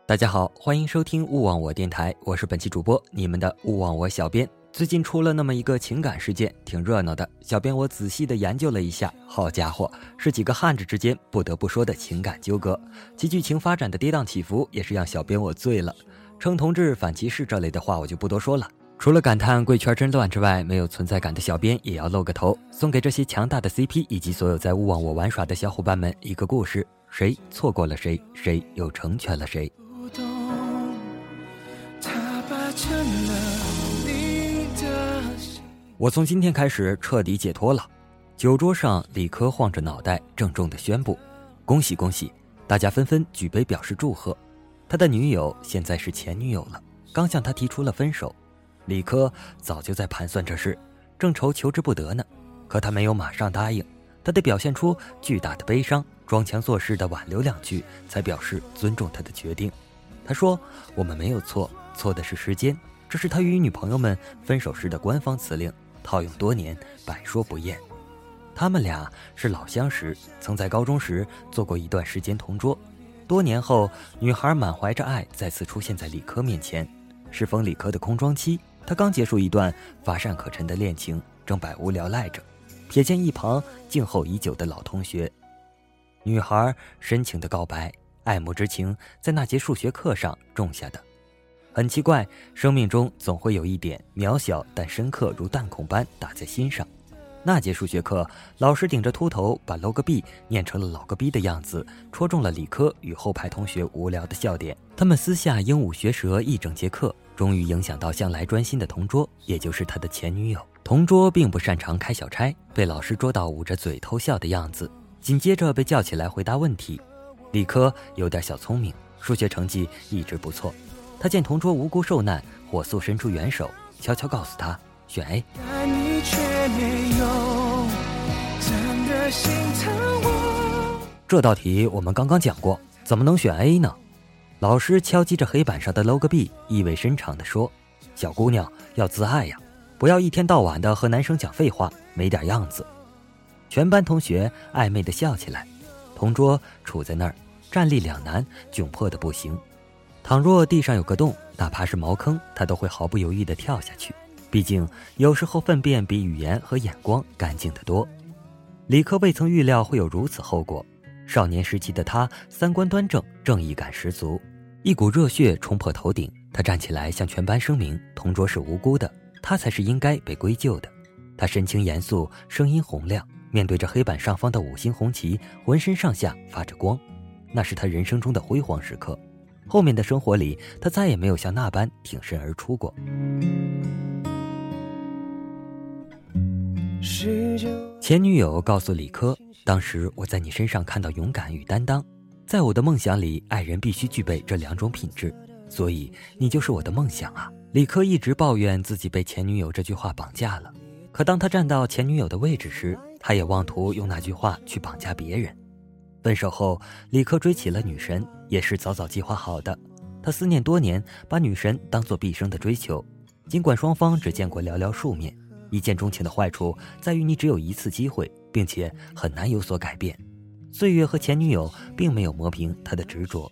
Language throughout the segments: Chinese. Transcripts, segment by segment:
大家好，欢迎收听勿忘我电台，我是本期主播你们的勿忘我小编。最近出了那么一个情感事件，挺热闹的，小编我仔细的研究了一下，好家伙，是几个汉子之间不得不说的情感纠葛，其剧情发展的跌宕起伏也是让小编我醉了。称同志反歧视这类的话我就不多说了，除了感叹贵圈真乱之外，没有存在感的小编也要露个头，送给这些强大的 CP 以及所有在勿忘我玩耍的小伙伴们一个故事，谁错过了谁，谁又成全了谁。我从今天开始彻底解脱了。酒桌上，李科晃着脑袋郑重地宣布，恭喜恭喜，大家纷纷举杯表示祝贺。他的女友现在是前女友了，刚向他提出了分手。李科早就在盘算这事，正愁求之不得呢，可他没有马上答应，他得表现出巨大的悲伤，装腔作势地挽留两句，才表示尊重他的决定。他说，我们没有错，错的是时间，这是他与女朋友们分手时的官方辞令，套用多年，百说不厌。他们俩是老相识，曾在高中时做过一段时间同桌。多年后，女孩满怀着爱再次出现在李科面前，适逢李科的空窗期，他刚结束一段乏善可陈的恋情，正百无聊赖着，瞥见一旁静候已久的老同学。女孩深情的告白，爱慕之情在那节数学课上种下的。很奇怪，生命中总会有一点渺小但深刻如弹孔般打在心上。那节数学课，老师顶着秃头把 log b 念成了老个逼的样子，戳中了理科与后排同学无聊的笑点。他们私下鹦鹉学舌一整节课，终于影响到向来专心的同桌，也就是他的前女友。同桌并不擅长开小差，被老师捉到捂着嘴偷笑的样子，紧接着被叫起来回答问题。理科有点小聪明，数学成绩一直不错。他见同桌无辜受难，火速伸出援手，悄悄告诉他选 A。 但你却没有真的心疼我。这道题我们刚刚讲过，怎么能选 A 呢？老师敲击着黑板上的 log b， 意味深长地说，小姑娘要自爱呀，不要一天到晚的和男生讲废话，没点样子。全班同学暧昧地笑起来，同桌杵在那儿站立两难，窘迫的不行。倘若地上有个洞，哪怕是茅坑，他都会毫不犹豫地跳下去，毕竟有时候粪便比语言和眼光干净得多。李科未曾预料会有如此后果，少年时期的他三观端正，正义感十足，一股热血冲破头顶，他站起来向全班声明，同桌是无辜的，他才是应该被归咎的。他神情严肃，声音洪亮，面对着黑板上方的5星红旗，浑身上下发着光，那是他人生中的辉煌时刻。后面的生活里，他再也没有像那般挺身而出过。前女友告诉李科，当时我在你身上看到勇敢与担当，在我的梦想里，爱人必须具备这2种品质，所以你就是我的梦想啊。李科一直抱怨自己被前女友这句话绑架了，可当他站到前女友的位置时，他也妄图用那句话去绑架别人。分手后，李科追起了女神，也是早早计划好的。他思念多年，把女神当作毕生的追求。尽管双方只见过寥寥数面，一见钟情的坏处在于你只有一次机会，并且很难有所改变。岁月和前女友并没有磨平他的执着。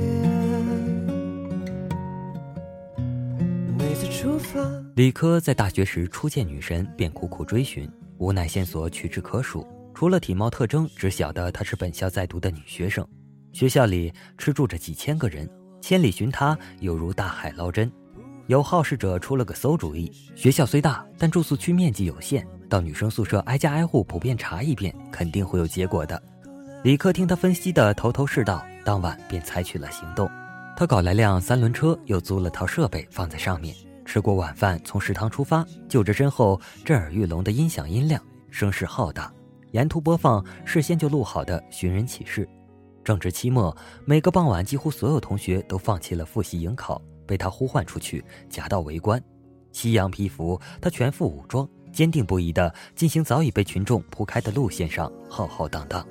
李科在大学时初见女神，便苦苦追寻，无奈线索屈指可数。除了体貌特征，只晓得她是本校在读的女学生。学校里吃住着几千个人，千里寻她犹如大海捞针。有好事者出了个馊主意，学校虽大，但住宿区面积有限，到女生宿舍挨家挨户普遍查一遍，肯定会有结果的。李科听他分析的头头是道，当晚便采取了行动。他搞来辆3轮车，又租了套设备放在上面，吃过晚饭从食堂出发，就着身后震耳欲聋的音响音量，声势浩大，沿途播放事先就录好的寻人启事。正值期末，每个傍晚几乎所有同学都放弃了复习迎考，被他呼唤出去夹道围观。西洋皮肤，他全副武装，坚定不移地进行早已被群众铺开的路线上浩浩荡荡。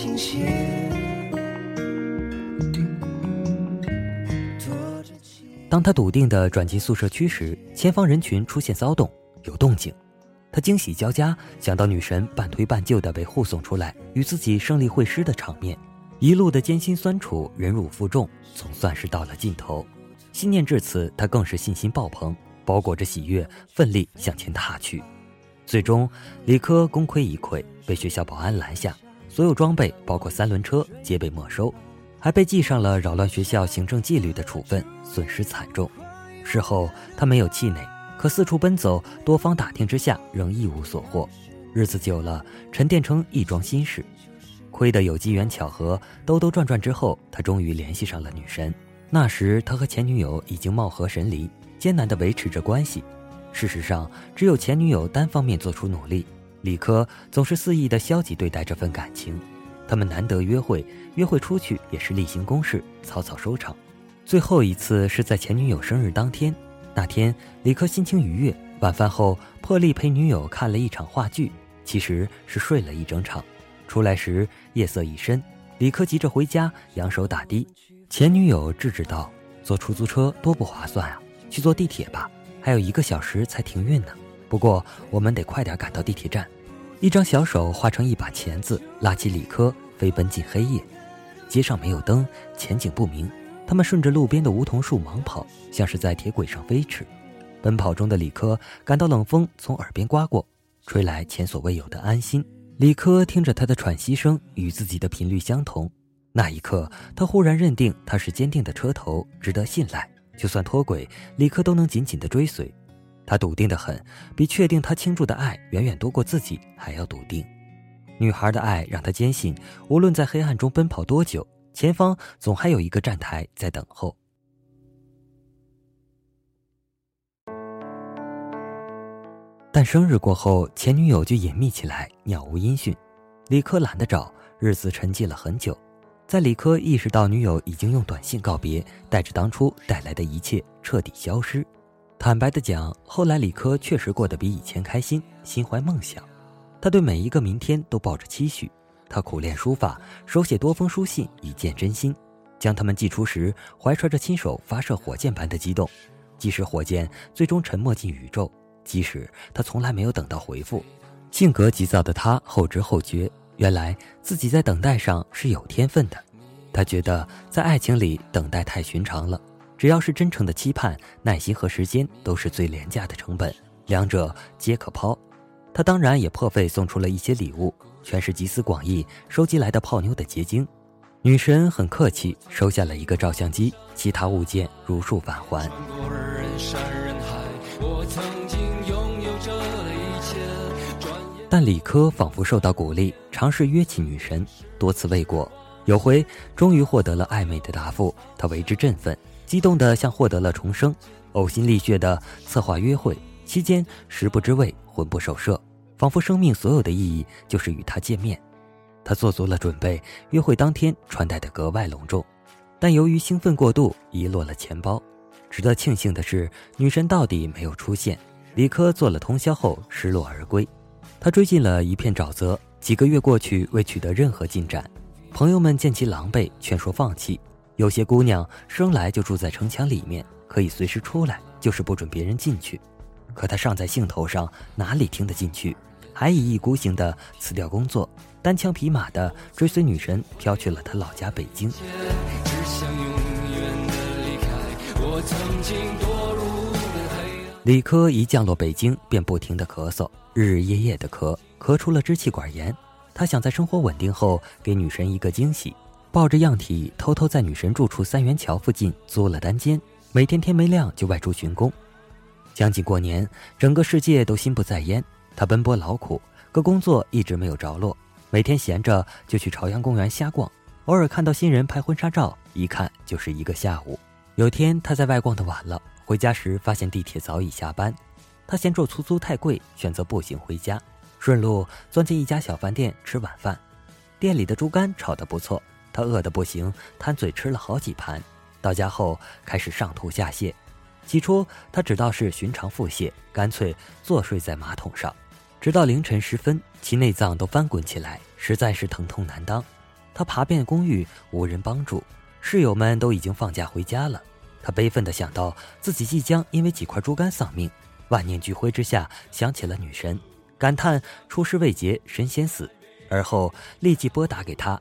当他笃定地转进宿舍区时，前方人群出现骚动，有动静。他惊喜交加，想到女神半推半就地被护送出来，与自己胜利会师的场面， 一路的艰辛酸楚，忍辱负重，总算是到了尽头。信念至此，他更是信心爆棚，包裹着喜悦，奋力向前踏去。最终，李科功亏一篑，被学校保安拦下，所有装备包括3轮车皆被没收，还被记上了扰乱学校行政纪律的处分，损失惨重。事后他没有气馁，可四处奔走，多方打听之下仍一无所获。日子久了，沉淀成一桩心事。亏得有机缘巧合，兜兜转转之后，他终于联系上了女神。那时他和前女友已经貌合神离，艰难地维持着关系。事实上，只有前女友单方面做出努力，李科总是肆意地消极对待这份感情。他们难得约会出去也是例行公事，草草收场。最后一次是在前女友生日当天，那天李科心情愉悦，晚饭后破例陪女友看了一场话剧，其实是睡了一整场。出来时夜色已深，李科急着回家，扬手打的。前女友制止道：“坐出租车多不划算啊，去坐地铁吧，还有1个小时才停运呢。不过我们得快点赶到地铁站。”一张小手化成一把钳子，拉起李科飞奔进黑夜。街上没有灯，前景不明，他们顺着路边的梧桐树忙跑，像是在铁轨上飞驰。奔跑中的李科感到冷风从耳边刮过，吹来前所未有的安心。李科听着他的喘息声与自己的频率相同，那一刻他忽然认定他是坚定的车头，值得信赖，就算脱轨，李科都能紧紧地追随。他笃定得很，比确定他倾注的爱远远多过自己还要笃定。女孩的爱让他坚信，无论在黑暗中奔跑多久，前方总还有一个站台在等候。但生日过后，前女友就隐秘起来，杳无音讯。李科懒得找，日子沉寂了很久。在李科意识到女友已经用短信告别，带着当初带来的一切彻底消失。坦白地讲，后来李科确实过得比以前开心，心怀梦想。他对每一个明天都抱着期许。他苦练书法，手写多封书信以见真心，将它们寄出时，怀揣着亲手发射火箭般的激动。即使火箭最终沉没进宇宙，即使他从来没有等到回复，性格急躁的他后知后觉，原来自己在等待上是有天分的。他觉得在爱情里等待太寻常了，只要是真诚的期盼，耐心和时间都是最廉价的成本，两者皆可抛。他当然也破费送出了一些礼物，全是集思广益收集来的泡妞的结晶。女神很客气，收下了一个照相机，其他物件如数返还。但李科仿佛受到鼓励，尝试约起女神，多次未果。有回终于获得了暧昧的答复，他为之振奋，激动得像获得了重生，呕心沥血地策划约会，期间食不知味，魂不守舍，仿佛生命所有的意义就是与他见面。他做足了准备，约会当天穿戴得格外隆重，但由于兴奋过度，遗落了钱包。值得庆幸的是，女神到底没有出现。李科做了通宵后失落而归，他追进了一片沼泽，几个月过去未取得任何进展。朋友们见其狼狈，劝说放弃。有些姑娘生来就住在城墙里面，可以随时出来，就是不准别人进去。可他尚在兴头上，哪里听得进去，还一意孤行地辞掉工作，单枪匹马地追随女神飘去了他老家北京。李科一降落北京，便不停地咳嗽，日日夜夜地咳出了支气管炎。他想在生活稳定后给女神一个惊喜，抱着样体偷偷在女神住处3元桥附近租了单间，每天天没亮就外出巡工。将近过年，整个世界都心不在焉，他奔波劳苦，可工作一直没有着落，每天闲着就去朝阳公园瞎逛，偶尔看到新人拍婚纱照，一看就是一个下午。有天他在外逛得晚了，回家时发现地铁早已下班，他嫌坐出租太贵，选择步行回家，顺路钻进一家小饭店吃晚饭。店里的猪肝炒得不错，他饿得不行，贪嘴吃了好几盘。到家后开始上吐下泻，起初他只道是寻常腹泻，干脆坐睡在马桶上，直到凌晨时分，其内脏都翻滚起来，实在是疼痛难当。他爬遍公寓，无人帮助，室友们都已经放假回家了。他悲愤地想到自己即将因为几块猪肝丧命，万念俱灰之下想起了女神，感叹出师未捷身先死，而后立即拨打给他。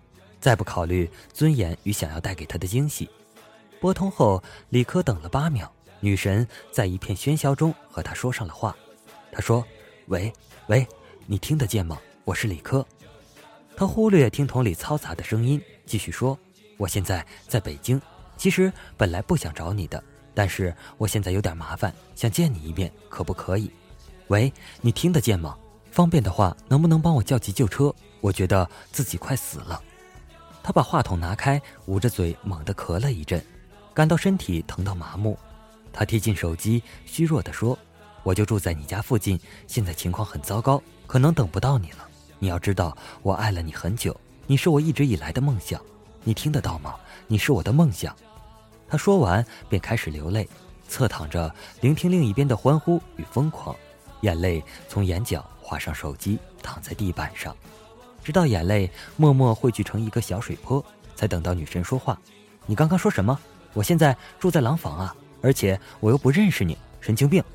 再不考虑尊严与想要带给他的惊喜。拨通后，李科等了8秒，女神在一片喧嚣中和他说上了话。他说：喂，你听得见吗？我是李科。他忽略听筒里嘈杂的声音，继续说：我现在在北京，其实本来不想找你的，但是我现在有点麻烦，想见你一面，可不可以？喂，你听得见吗？方便的话，能不能帮我叫急救车？我觉得自己快死了。他把话筒拿开，捂着嘴猛地咳了一阵，感到身体疼到麻木。他贴近手机，虚弱地说：我就住在你家附近，现在情况很糟糕，可能等不到你了。你要知道，我爱了你很久，你是我一直以来的梦想，你听得到吗？你是我的梦想。他说完便开始流泪，侧躺着聆听另一边的欢呼与疯狂，眼泪从眼角滑上手机，躺在地板上，直到眼泪默默汇聚成一个小水坡，才等到女神说话。你刚刚说什么？我现在住在廊坊啊，而且我又不认识你，神经病。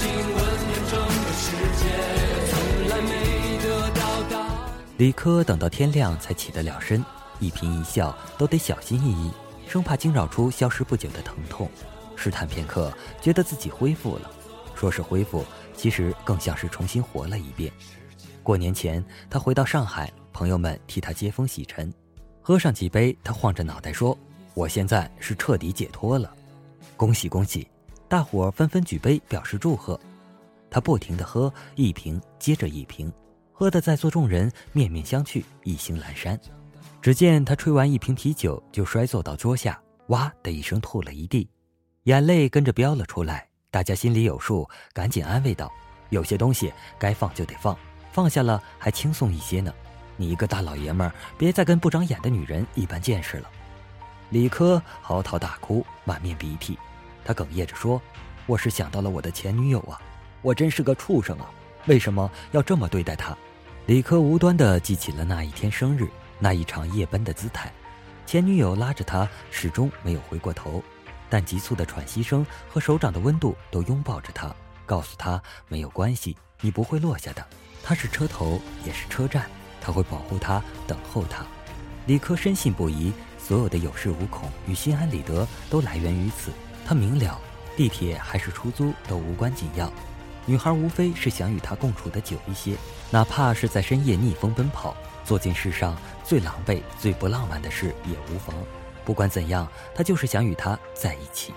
李科等到天亮才起得了身，一颦一笑都得小心翼翼，生怕惊扰出消失不久的疼痛。试探片刻，觉得自己恢复了，说是恢复，其实更像是重新活了一遍。过年前，他回到上海，朋友们替他接风洗尘，喝上几杯，他晃着脑袋说：我现在是彻底解脱了，恭喜恭喜！大伙纷纷举杯表示祝贺。他不停地喝，一瓶接着一瓶，喝得在座众人面面相觑，意兴阑珊。只见他吹完一瓶啤酒就摔坐到桌下，哇的一声吐了一地，眼泪跟着飙了出来。大家心里有数，赶紧安慰道：有些东西该放就得放，放下了还轻松一些呢。你一个大老爷们儿，别再跟不长眼的女人一般见识了。李科嚎啕大哭，满面鼻涕，他哽咽着说：我是想到了我的前女友啊，我真是个畜生啊，为什么要这么对待她？李科无端地记起了那一天生日，那一场夜奔的姿态。前女友拉着他始终没有回过头，但急促的喘息声和手掌的温度都拥抱着他，告诉他没有关系，你不会落下的，他是车头也是车站，他会保护他，等候他。李科深信不疑，所有的有恃无恐与心安理得都来源于此。他明了，地铁还是出租都无关紧要，女孩无非是想与他共处的久一些，哪怕是在深夜逆风奔跑，做件世上最狼狈最不浪漫的事也无妨。不管怎样，他就是想与他在一起。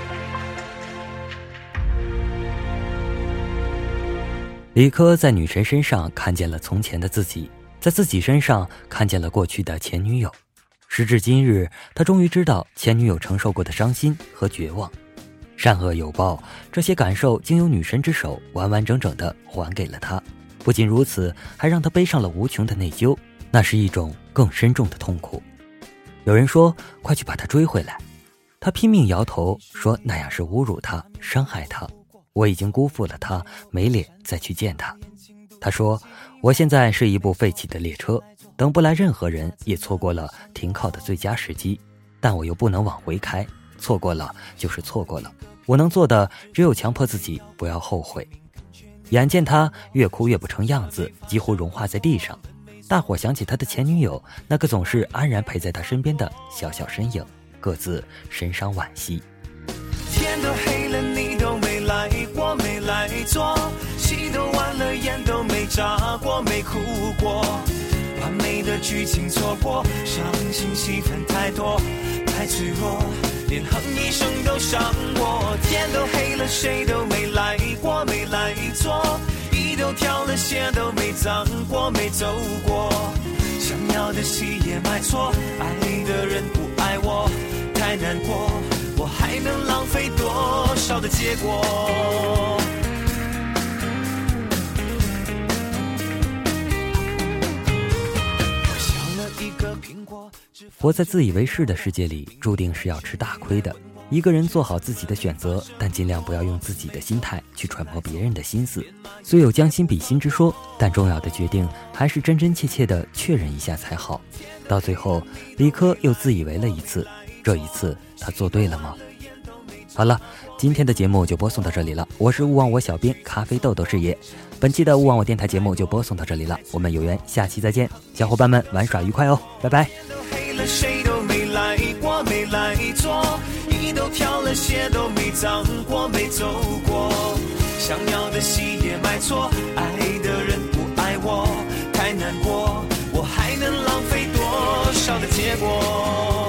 李科在女神身上看见了从前的自己，在自己身上看见了过去的前女友。时至今日，他终于知道前女友承受过的伤心和绝望。善恶有报，这些感受经由女神之手完完整整地还给了他。不仅如此，还让他背上了无穷的内疚，那是一种更深重的痛苦。有人说快去把他追回来，他拼命摇头说那样是侮辱他，伤害他，我已经辜负了他，没脸再去见他。他说我现在是一部废弃的列车，等不来任何人，也错过了停靠的最佳时机，但我又不能往回开，错过了就是错过了，我能做的只有强迫自己不要后悔。眼见他越哭越不成样子，几乎融化在地上，大伙想起他的前女友，那个总是安然陪在他身边的小小身影，各自神伤惋惜。 天都黑了，你都没来过，没来坐，戏都完了，眼都没眨过，没哭过，完美的剧情错过，伤心戏份太多，太脆弱，连哼一声都伤我。天都黑了，谁都没来过，没来坐，衣都挑了，鞋都没脏过，没走过，想要的戏也买错，爱的人不爱我，太难过，我还能浪费多少的结果？ 活在自以为是的世界里，注定是要吃大亏的。一个人做好自己的选择，但尽量不要用自己的心态去揣摩别人的心思。虽有将心比心之说，但重要的决定还是真真切切地确认一下才好。到最后，李科又自以为了一次，这一次他做对了吗？好了，今天的节目就播送到这里了。我是勿忘我小编咖啡豆豆事业。 本期的勿忘我电台节目就播送到这里了，我们有缘下期再见，小伙伴们玩耍愉快哦，拜拜。 谁都没来过，没来坐，衣都挑了，鞋都没脏过，没走过。想要的戏也买错，爱的人不爱我，太难过，我还能浪费多少的结果？